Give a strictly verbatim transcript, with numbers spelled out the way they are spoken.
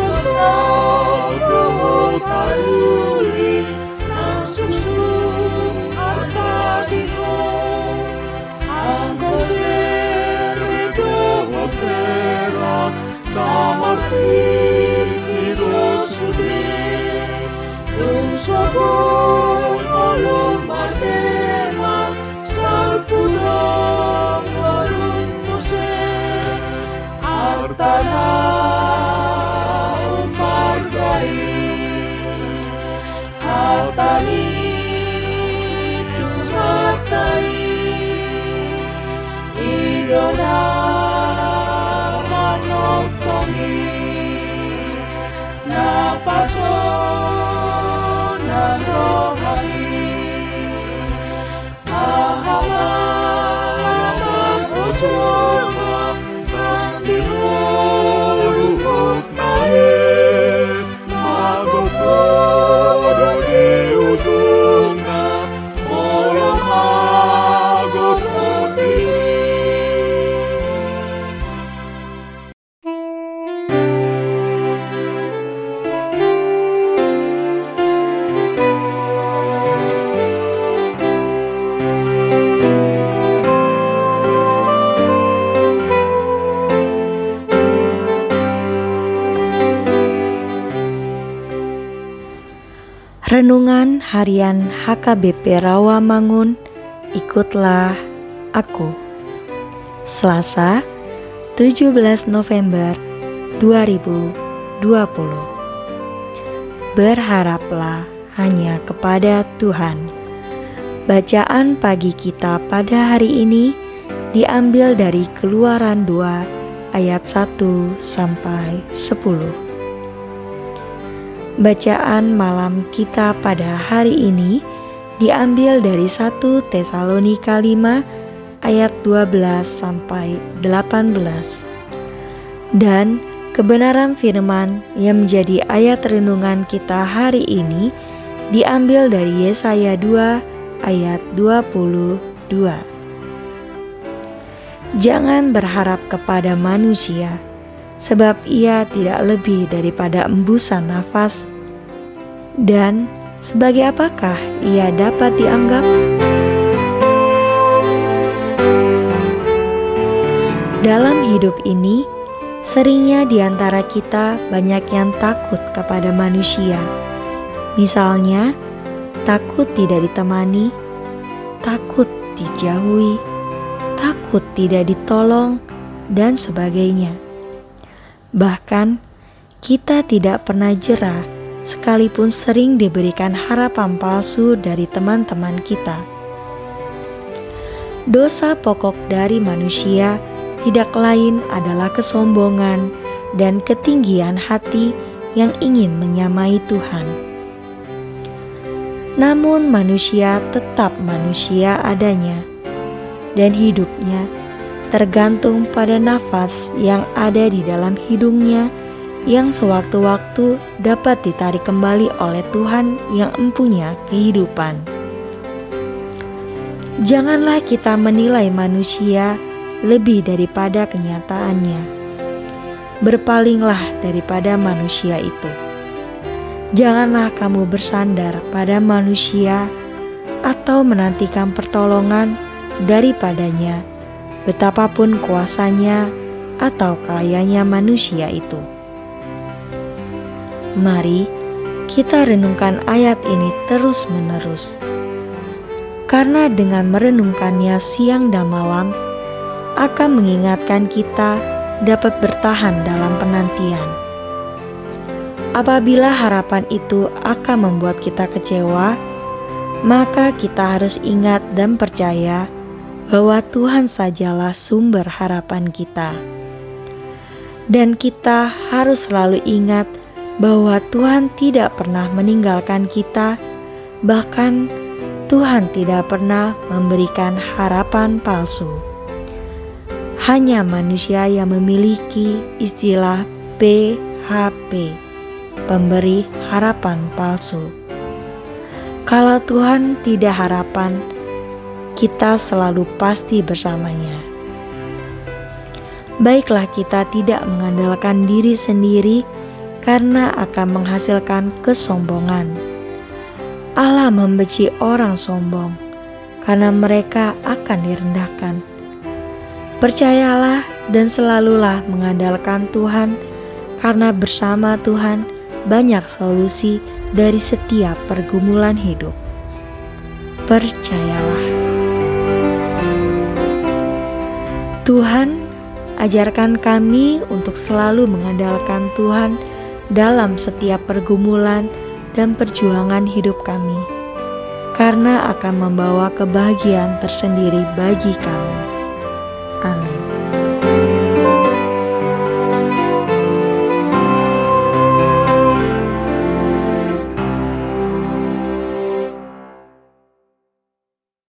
Saldo kayuli nang suksung harta diho angka seredo perak kamartin kiro sude tung sabon olong martema salpudang alung mose hartana Hatani tumatai Ilona manotongi Napaso narohani Ahama namojoma Kandiholuhuk nae Magopo Renungan Harian H K B P Rawamangun, ikutlah aku. Selasa, tujuh belas November dua ribu dua puluh. Berharaplah hanya kepada Tuhan. Bacaan pagi kita pada hari ini diambil dari Keluaran dua ayat satu sampai sepuluh. Bacaan malam kita pada hari ini diambil dari satu Tesalonika lima ayat dua belas sampai delapan belas. Dan kebenaran firman yang menjadi ayat renungan kita hari ini diambil dari Yesaya dua ayat dua puluh dua. Jangan berharap kepada manusia, sebab ia tidak lebih daripada embusan nafas, dan sebagai apakah ia dapat dianggap? Dalam hidup ini, seringnya di antara kita banyak yang takut kepada manusia. Misalnya, takut tidak ditemani, takut dijauhi, takut tidak ditolong, dan sebagainya. Bahkan, kita tidak pernah jera sekalipun sering diberikan harapan palsu dari teman-teman kita. Dosa pokok dari manusia tidak lain adalah kesombongan dan ketinggian hati yang ingin menyamai Tuhan. Namun manusia tetap manusia adanya, dan hidupnya tergantung pada nafas yang ada di dalam hidungnya yang sewaktu-waktu dapat ditarik kembali oleh Tuhan yang empunya kehidupan. Janganlah kita menilai manusia lebih daripada kenyataannya. Berpalinglah daripada manusia itu. Janganlah kamu bersandar pada manusia atau menantikan pertolongan daripadanya, betapapun kuasanya atau kayanya manusia itu. Mari kita renungkan ayat ini terus-menerus, karena dengan merenungkannya siang dan malam akan mengingatkan kita dapat bertahan dalam penantian. Apabila harapan itu akan membuat kita kecewa, maka kita harus ingat dan percaya bahwa Tuhan sajalah sumber harapan kita. Dan kita harus selalu ingat bahwa Tuhan tidak pernah meninggalkan kita, bahkan Tuhan tidak pernah memberikan harapan palsu. Hanya manusia yang memiliki istilah P H P, pemberi harapan palsu. Kalau Tuhan tidak harapan, kita selalu pasti bersamanya. Baiklah kita tidak mengandalkan diri sendiri, karena akan menghasilkan kesombongan. Allah membenci orang sombong, karena mereka akan direndahkan. Percayalah dan selalulah mengandalkan Tuhan, karena bersama Tuhan banyak solusi dari setiap pergumulan hidup. Percayalah. Tuhan, ajarkan kami untuk selalu mengandalkan Tuhan dalam setiap pergumulan dan perjuangan hidup kami, karena akan membawa kebahagiaan tersendiri bagi kami.